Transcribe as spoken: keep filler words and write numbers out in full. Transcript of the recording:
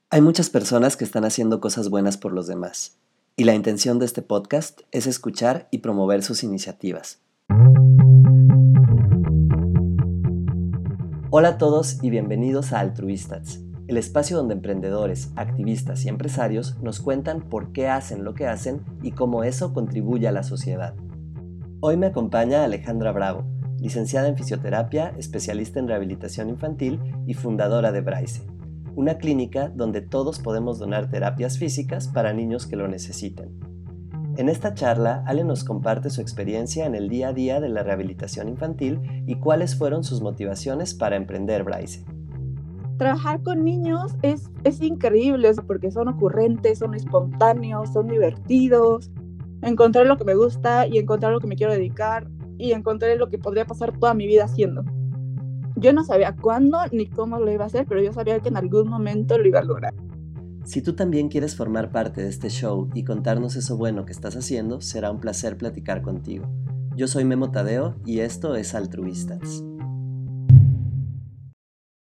Hay muchas personas que están haciendo cosas buenas por los demás, y la intención de este podcast es escuchar y promover sus iniciativas. Hola a todos y bienvenidos a Altruistas, el espacio donde emprendedores, activistas y empresarios nos cuentan por qué hacen lo que hacen y cómo eso contribuye a la sociedad. Hoy me acompaña Alejandra Bravo, licenciada en fisioterapia, especialista en rehabilitación infantil y fundadora de Braise, una clínica donde todos podemos donar terapias físicas para niños que lo necesiten. En esta charla, Ale nos comparte su experiencia en el día a día de la rehabilitación infantil y cuáles fueron sus motivaciones para emprender Braise. Trabajar con niños es, es increíble porque son ocurrentes, son espontáneos, son divertidos. Encontré lo que me gusta y encontré lo que me quiero dedicar y encontré lo que podría pasar toda mi vida haciendo. Yo no sabía cuándo ni cómo lo iba a hacer, pero yo sabía que en algún momento lo iba a lograr. Si tú también quieres formar parte de este show y contarnos eso bueno que estás haciendo, será un placer platicar contigo. Yo soy Memo Tadeo y esto es Altruistas.